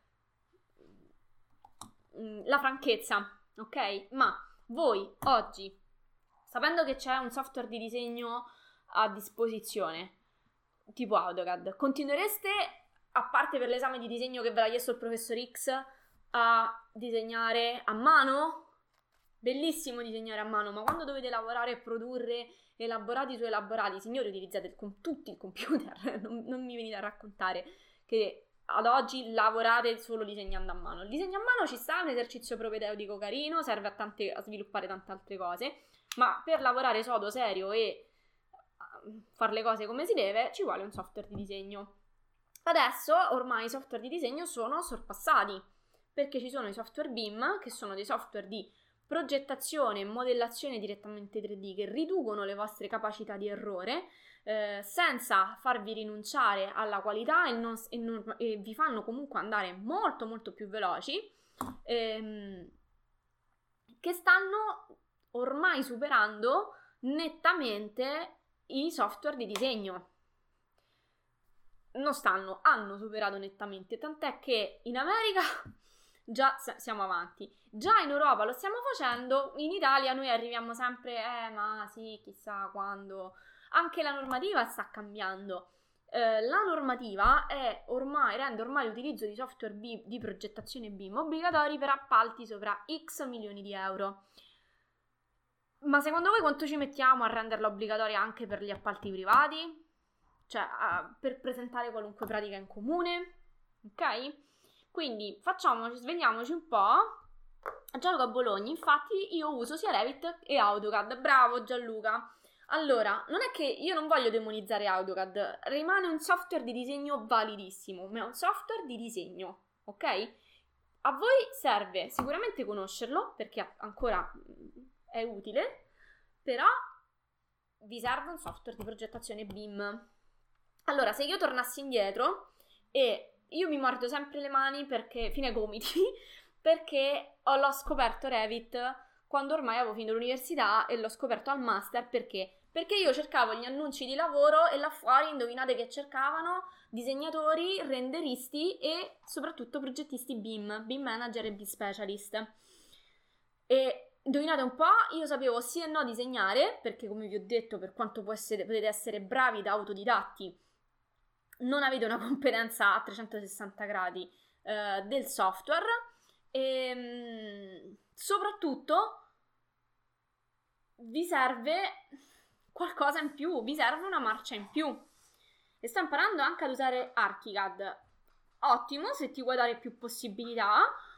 [SPEAKER 1] La franchezza, ok? Ma voi oggi, sapendo che c'è un software di disegno a disposizione, tipo AutoCAD, continuereste, a parte per l'esame di disegno che ve l'ha chiesto il professor X, a disegnare a mano? Bellissimo disegnare a mano, ma quando dovete lavorare e produrre elaborati su elaborati, signori, utilizzate il com- tutti il computer, non, non mi venite a raccontare che ad oggi lavorate solo disegnando a mano. Il disegno a mano ci sta, è un esercizio propedeutico carino, serve a, tante, a sviluppare tante altre cose, ma per lavorare sodo, serio e fare le cose come si deve ci vuole un software di disegno. Adesso ormai i software di disegno sono sorpassati, perché ci sono i software B I M, che sono dei software di progettazione e modellazione direttamente tre D che riducono le vostre capacità di errore eh, senza farvi rinunciare alla qualità e, non, e, non, e vi fanno comunque andare molto molto più veloci, ehm, che stanno ormai superando nettamente i software di disegno. Non stanno, hanno superato nettamente, tant'è che in America già siamo avanti, già in Europa lo stiamo facendo, in Italia noi arriviamo sempre, eh ma sì, chissà quando. Anche la normativa sta cambiando. Eh, la normativa è ormai, rende ormai l'utilizzo di software B, di progettazione B I M obbligatori per appalti sopra X milioni di euro. Ma secondo voi quanto ci mettiamo a renderla obbligatoria anche per gli appalti privati? Cioè, a, per presentare qualunque pratica in comune? Ok? Quindi facciamoci, svegliamoci un po'. Gianluca Bologna, infatti io uso sia Revit e AutoCAD. Bravo Gianluca. Allora, non è che io non voglio demonizzare AutoCAD, rimane un software di disegno validissimo, ma è un software di disegno, ok? A voi serve sicuramente conoscerlo, perché ancora è utile, però vi serve un software di progettazione B I M. Allora, se io tornassi indietro e io mi mordo sempre le mani perché, fino ai gomiti, perché ho, l'ho scoperto Revit quando ormai avevo finito l'università e l'ho scoperto al master perché perché io cercavo gli annunci di lavoro e là fuori, indovinate che cercavano? Disegnatori, renderisti e soprattutto progettisti B I M, B I M Manager e B I M Specialist. E indovinate un po', io sapevo sì e no disegnare, perché come vi ho detto, per quanto può essere, potete essere bravi da autodidatti, non avete una competenza a trecentosessanta gradi eh, del software, e mh, soprattutto vi serve qualcosa in più, vi serve una marcia in più. E sto imparando anche ad usare Archicad. Ottimo, se ti vuoi dare più possibilità.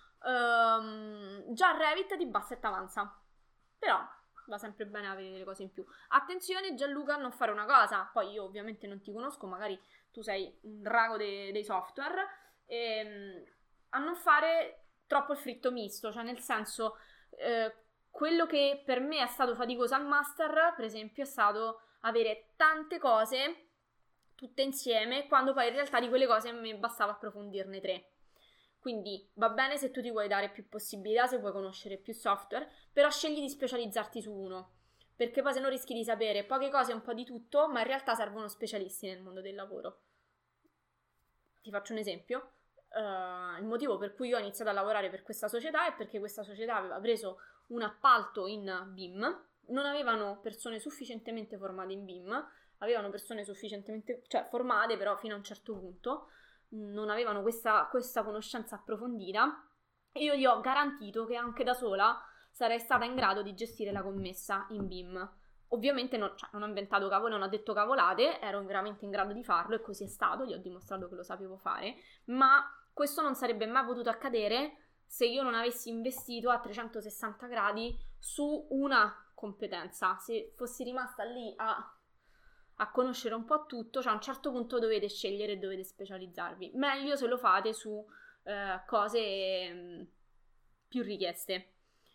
[SPEAKER 1] Um, già Revit ti basta e t'avanza. Però va sempre bene avere delle cose in più. Attenzione Gianluca a non fare una cosa. Poi io ovviamente non ti conosco, magari tu sei un drago de- dei software. E, a non fare troppo il fritto misto. Cioè nel senso... Eh, quello che per me è stato faticoso al master, per esempio, è stato avere tante cose tutte insieme, quando poi in realtà di quelle cose a me bastava approfondirne tre. Quindi va bene se tu ti vuoi dare più possibilità, se vuoi conoscere più software, però scegli di specializzarti su uno, perché poi se no rischi di sapere poche cose e un po' di tutto, ma in realtà servono specialisti nel mondo del lavoro. Ti faccio un esempio. Uh, il motivo per cui io ho iniziato a lavorare per questa società è perché questa società aveva preso un appalto in B I M, non avevano persone sufficientemente formate in B I M, avevano persone sufficientemente, cioè formate però fino a un certo punto, non avevano questa, questa conoscenza approfondita e io gli ho garantito che anche da sola sarei stata in grado di gestire la commessa in B I M. Ovviamente non, cioè, non ho inventato cavolo, non ho detto cavolate, ero veramente in grado di farlo e così è stato, gli ho dimostrato che lo sapevo fare, ma questo non sarebbe mai potuto accadere se io non avessi investito a trecentosessanta gradi su una competenza. Se fossi rimasta lì a, a conoscere un po' tutto, cioè a un certo punto dovete scegliere e dovete specializzarvi. Meglio se lo fate su eh, cose mh, più richieste.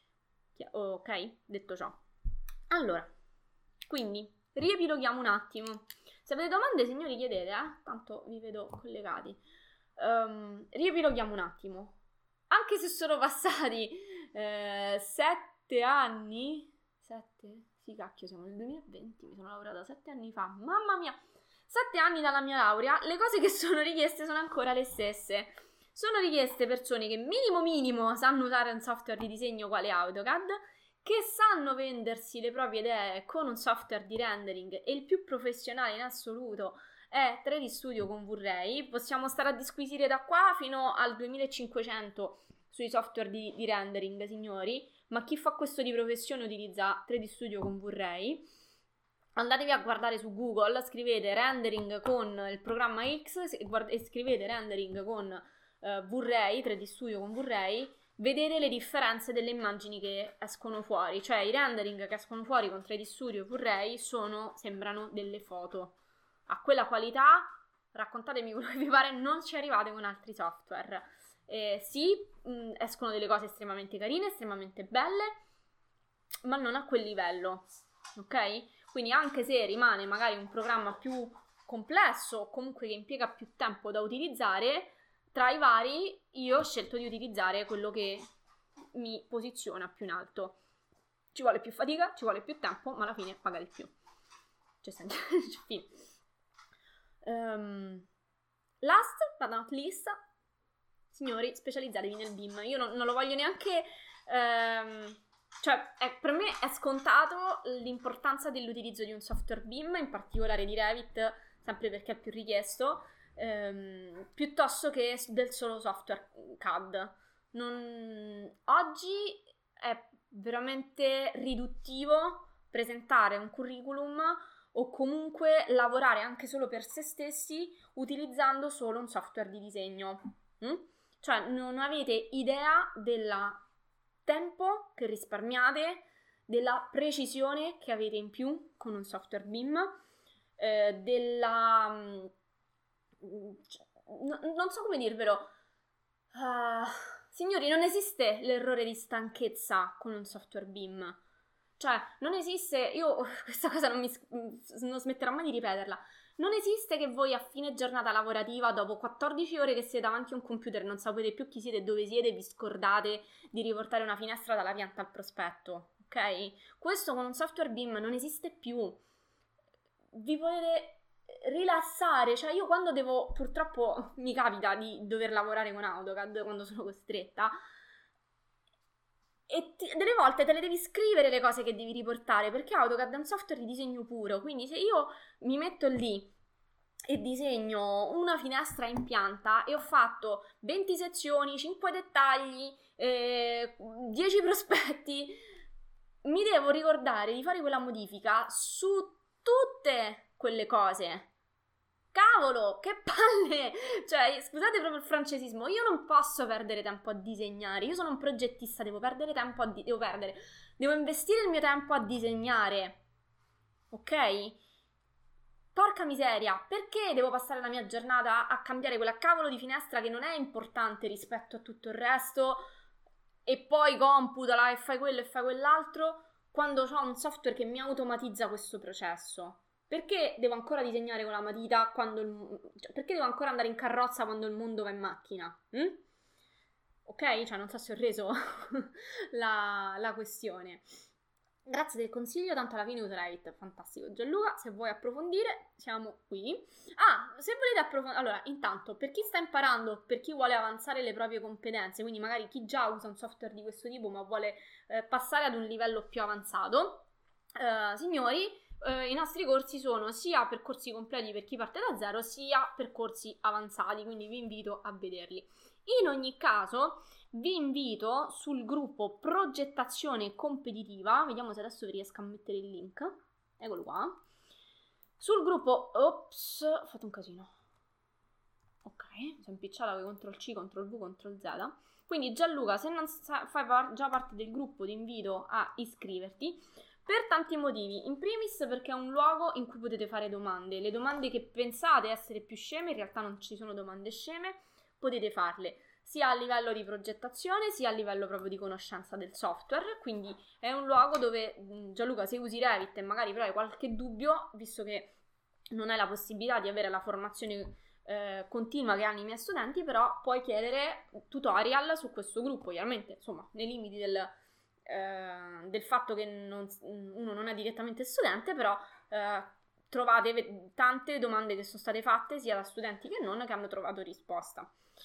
[SPEAKER 1] Ok? Detto ciò. Allora, quindi riepiloghiamo un attimo. Se avete domande, signori, chiedete, eh? Tanto vi vedo collegati. Um, riepiloghiamo un attimo. Anche se sono passati eh, sette anni, sette? Sì, cacchio, siamo nel duemilaventi, mi sono laureata sette anni fa, mamma mia, sette anni dalla mia laurea, le cose che sono richieste sono ancora le stesse. Sono richieste persone che minimo minimo sanno usare un software di disegno quale AutoCAD, che sanno vendersi le proprie idee con un software di rendering e il più professionale in assoluto è tre D Studio con V-Ray. Possiamo stare a disquisire da qua fino al duemilacinquecento sui software di, di rendering, signori, ma chi fa questo di professione utilizza tre D Studio con V-Ray. Andatevi a guardare su Google, scrivete rendering con il programma X e scrivete rendering con uh, V-Ray, tre D Studio con V-Ray, vedete le differenze delle immagini che escono fuori, cioè i rendering che escono fuori con tre D Studio e V-Ray sono, sembrano delle foto. A quella qualità, raccontatemi quello che vi pare, non ci arrivate con altri software. Eh, sì, mh, escono delle cose estremamente carine, estremamente belle, ma non a quel livello, ok? Quindi anche se rimane magari un programma più complesso o comunque che impiega più tempo da utilizzare, tra i vari io ho scelto di utilizzare quello che mi posiziona più in alto. Ci vuole più fatica, ci vuole più tempo, ma alla fine paga di più. Cioè, senti, fine. Um, last but not least, signori, specializzatevi nel B I M. Io non, non lo voglio neanche um, cioè è, per me è scontato l'importanza dell'utilizzo di un software B I M, in particolare di Revit, sempre perché è più richiesto, um, piuttosto che del solo software C A D. Non, oggi è veramente riduttivo presentare un curriculum o comunque lavorare anche solo per se stessi utilizzando solo un software di disegno. Mm? Cioè non avete idea del tempo che risparmiate, della precisione che avete in più con un software B I M, eh, della... Mm, no, non so come dirvelo. Uh, signori, non esiste l'errore di stanchezza con un software B I M. Cioè, non esiste, io questa cosa non, mi, non smetterò mai di ripeterla, non esiste che voi a fine giornata lavorativa, dopo quattordici ore che siete davanti a un computer, non sapete più chi siete e dove siete, vi scordate di riportare una finestra dalla pianta al prospetto, ok? Questo con un software B I M non esiste più. vi potete rilassare, cioè io quando devo, purtroppo mi capita di dover lavorare con AutoCAD quando sono costretta, e ti, delle volte te le devi scrivere le cose che devi riportare, perché AutoCAD è un software di disegno puro, quindi se io mi metto lì e disegno una finestra in pianta e ho fatto venti sezioni, cinque dettagli, eh, dieci prospetti, mi devo ricordare di fare quella modifica su tutte quelle cose. Cavolo, che palle! Cioè, scusate proprio il francesismo, io non posso perdere tempo a disegnare, io sono un progettista, devo perdere tempo a di- devo perdere, devo investire il mio tempo a disegnare, ok? Porca miseria, perché devo passare la mia giornata a cambiare quella cavolo di finestra che non è importante rispetto a tutto il resto e poi computala e fai quello e fai quell'altro quando ho un software che mi automatizza questo processo? Perché devo ancora disegnare con la matita quando il, cioè, perché devo ancora andare in carrozza quando il mondo va in macchina? Hm? Ok? Cioè non so se ho reso la, la questione. Grazie del consiglio, tanto alla fine userai Revit, fantastico Gianluca, se vuoi approfondire siamo qui. Ah, se volete approfondire, allora intanto per chi sta imparando, per chi vuole avanzare le proprie competenze, quindi magari chi già usa un software di questo tipo ma vuole eh, passare ad un livello più avanzato, eh, signori, eh, i nostri corsi sono sia percorsi completi per chi parte da zero, sia percorsi avanzati, quindi vi invito a vederli. In ogni caso vi invito sul gruppo progettazione competitiva, vediamo se adesso vi riesco a mettere il link, eccolo qua, sul gruppo, ops, ho fatto un casino, ok, mi sono impicciata con control C, control V, control Z, quindi Gianluca, se non fai par- già parte del gruppo ti invito a iscriverti, per tanti motivi, in primis perché è un luogo in cui potete fare domande, le domande che pensate essere più sceme, in realtà non ci sono domande sceme, potete farle sia a livello di progettazione sia a livello proprio di conoscenza del software, quindi è un luogo dove Gianluca, se usi Revit e magari però hai qualche dubbio, visto che non hai la possibilità di avere la formazione eh, continua che hanno i miei studenti, però puoi chiedere tutorial su questo gruppo, chiaramente insomma nei limiti del, eh, del fatto che non, uno non è direttamente studente, però eh, trovate tante domande che sono state fatte sia da studenti che non, che hanno trovato risposta.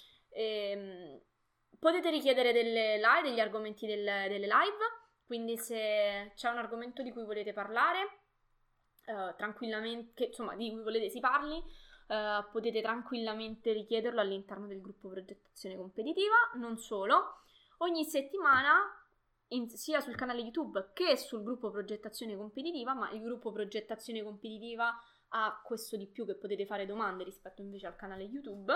[SPEAKER 1] E, potete richiedere delle live, degli argomenti del, delle live, quindi se c'è un argomento di cui volete parlare eh, tranquillamente, che, insomma di cui volete si parli, eh, potete tranquillamente richiederlo all'interno del gruppo progettazione competitiva. Non solo, ogni settimana in, sia sul canale YouTube che sul gruppo progettazione competitiva, ma il gruppo progettazione competitiva ha questo di più, che potete fare domande rispetto invece al canale YouTube.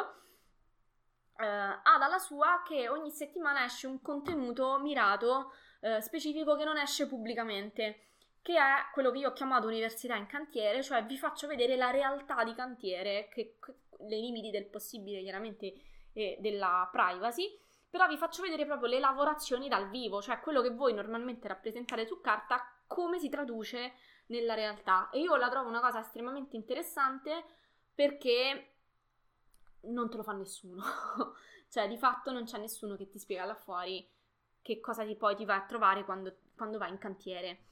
[SPEAKER 1] Uh, ha dalla sua che ogni settimana esce un contenuto mirato uh, specifico che non esce pubblicamente, che è quello che io ho chiamato Università in Cantiere, cioè vi faccio vedere la realtà di cantiere, che, che nei limiti del possibile chiaramente e della privacy, però vi faccio vedere proprio le lavorazioni dal vivo, cioè quello che voi normalmente rappresentate su carta, come si traduce nella realtà. E io la trovo una cosa estremamente interessante perché non te lo fa nessuno. Cioè di fatto non c'è nessuno che ti spiega là fuori che cosa ti poi ti vai a trovare quando, quando vai in cantiere.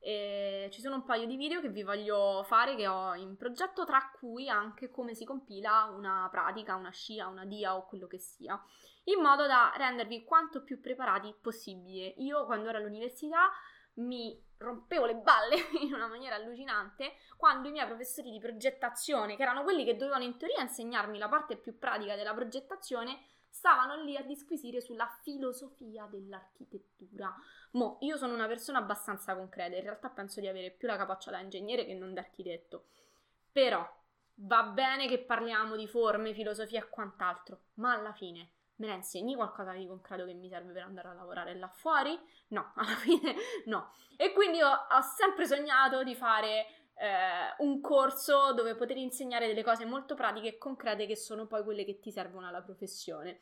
[SPEAKER 1] E ci sono un paio di video che vi voglio fare, che ho in progetto, tra cui anche come si compila una pratica, una scia, una dia o quello che sia, in modo da rendervi quanto più preparati possibile. Io quando ero all'università mi rompevo le balle in una maniera allucinante quando i miei professori di progettazione, che erano quelli che dovevano in teoria insegnarmi la parte più pratica della progettazione, stavano lì a disquisire sulla filosofia dell'architettura. Mo, io sono una persona abbastanza concreta, in realtà penso di avere più la capaccia da ingegnere che non da architetto, però va bene che parliamo di forme, filosofia e quant'altro, ma alla fine me la insegni qualcosa di concreto che mi serve per andare a lavorare là fuori? No, alla fine no. E quindi ho, ho sempre sognato di fare eh, un corso dove poter insegnare delle cose molto pratiche e concrete, che sono poi quelle che ti servono alla professione.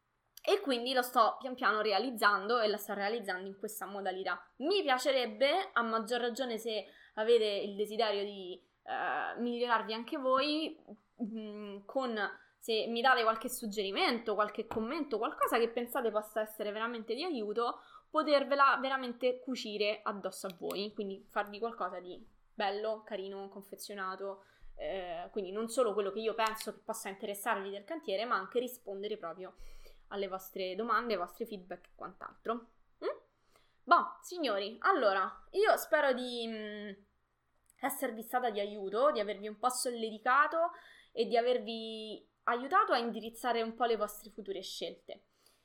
[SPEAKER 1] E quindi lo sto pian piano realizzando e la sto realizzando in questa modalità. Mi piacerebbe, a maggior ragione se avete il desiderio di eh, migliorarvi anche voi, mh, con... se mi date qualche suggerimento, qualche commento, qualcosa che pensate possa essere veramente di aiuto, potervela veramente cucire addosso a voi, quindi farvi qualcosa di bello, carino, confezionato, eh, quindi non solo quello che io penso che possa interessarvi del cantiere, ma anche rispondere proprio alle vostre domande, ai vostri feedback e quant'altro. Mm? Boh, signori, allora, io spero di mh, esservi stata di aiuto, di avervi un po' solleticato e di avervi aiutato a indirizzare un po' le vostre future scelte.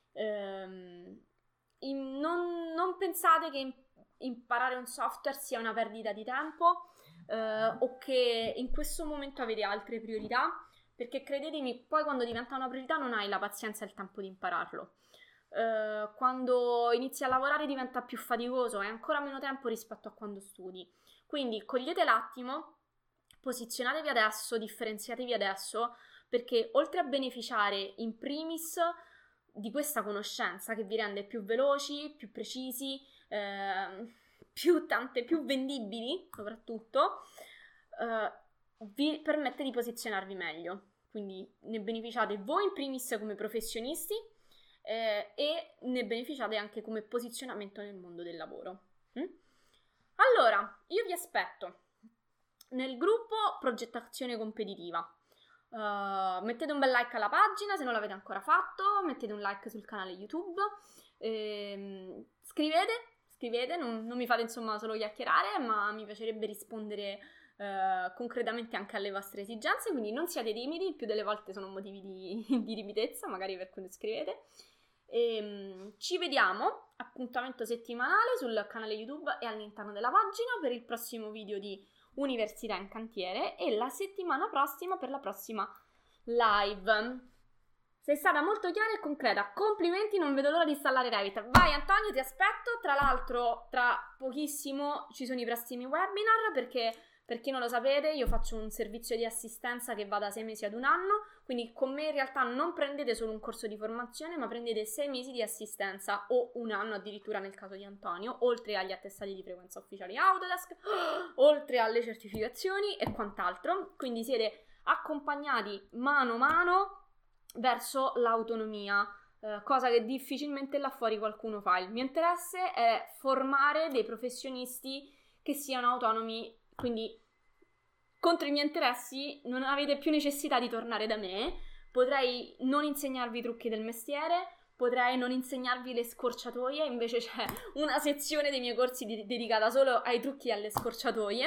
[SPEAKER 1] Ehm, in, non, non pensate che imparare un software sia una perdita di tempo eh, o che in questo momento avete altre priorità, perché credetemi, poi quando diventa una priorità non hai la pazienza e il tempo di impararlo. Uh, quando inizi a lavorare diventa più faticoso, hai ancora meno tempo rispetto a quando studi. Quindi cogliete l'attimo, posizionatevi adesso, differenziatevi adesso, perché oltre a beneficiare in primis di questa conoscenza che vi rende più veloci, più precisi, eh, più tante, più vendibili soprattutto, eh, vi permette di posizionarvi meglio. Quindi ne beneficiate voi in primis come professionisti, Eh, e ne beneficiate anche come posizionamento nel mondo del lavoro. Mm? Allora, io vi aspetto nel gruppo Progettazione Competitiva. Uh, mettete un bel like alla pagina se non l'avete ancora fatto, mettete un like sul canale YouTube, ehm, scrivete, scrivete, non, non mi fate insomma solo chiacchierare, ma mi piacerebbe rispondere Uh, concretamente anche alle vostre esigenze, quindi non siate timidi, il più delle volte sono motivi di, di timidezza, magari per cui scrivete. E, um, ci vediamo, appuntamento settimanale sul canale YouTube e all'interno della pagina per il prossimo video di Università in Cantiere e la settimana prossima per la prossima live. Sei stata molto chiara e concreta, complimenti, non vedo l'ora di installare Revit. Vai Antonio, ti aspetto, tra l'altro tra pochissimo ci sono i prossimi webinar, perché per chi non lo sapete, io faccio un servizio di assistenza che va da sei mesi ad un anno, quindi con me in realtà non prendete solo un corso di formazione, ma prendete sei mesi di assistenza o un anno addirittura nel caso di Antonio, oltre agli attestati di frequenza ufficiali Autodesk, oltre alle certificazioni e quant'altro. Quindi siete accompagnati mano a mano verso l'autonomia, eh, cosa che difficilmente là fuori qualcuno fa. Il mio interesse è formare dei professionisti che siano autonomi. Quindi contro i miei interessi non avete più necessità di tornare da me, potrei non insegnarvi i trucchi del mestiere, potrei non insegnarvi le scorciatoie, invece c'è una sezione dei miei corsi di- dedicata solo ai trucchi e alle scorciatoie,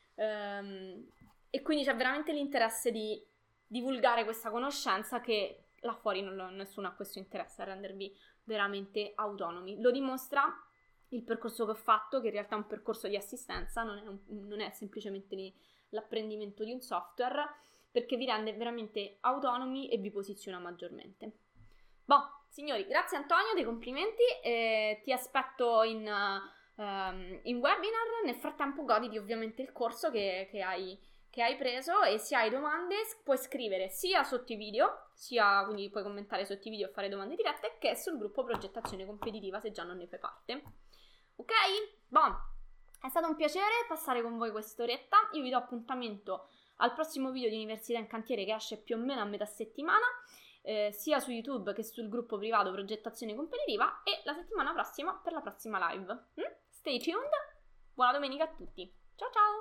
[SPEAKER 1] ehm, e quindi c'è veramente l'interesse di divulgare questa conoscenza che là fuori non, nessuno ha questo interesse a rendervi veramente autonomi. Lo dimostra il percorso che ho fatto, che in realtà è un percorso di assistenza, non è, un, non è semplicemente lì l'apprendimento di un software, perché vi rende veramente autonomi e vi posiziona maggiormente. Boh, signori, grazie Antonio, dei complimenti, eh, ti aspetto in, uh, um, in webinar. Nel frattempo goditi ovviamente il corso che, che, hai, che hai preso, e se hai domande puoi scrivere sia sotto i video, sia quindi puoi commentare sotto i video e fare domande dirette, che sul gruppo Progettazione Competitiva se già non ne fai parte. Ok? Bon, è stato un piacere passare con voi quest'oretta. Io vi do appuntamento al prossimo video di Università in Cantiere, che esce più o meno a metà settimana, eh, sia su YouTube che sul gruppo privato Progettazione Competitiva, e la settimana prossima per la prossima live. Mm? Stay tuned, buona domenica a tutti, ciao ciao!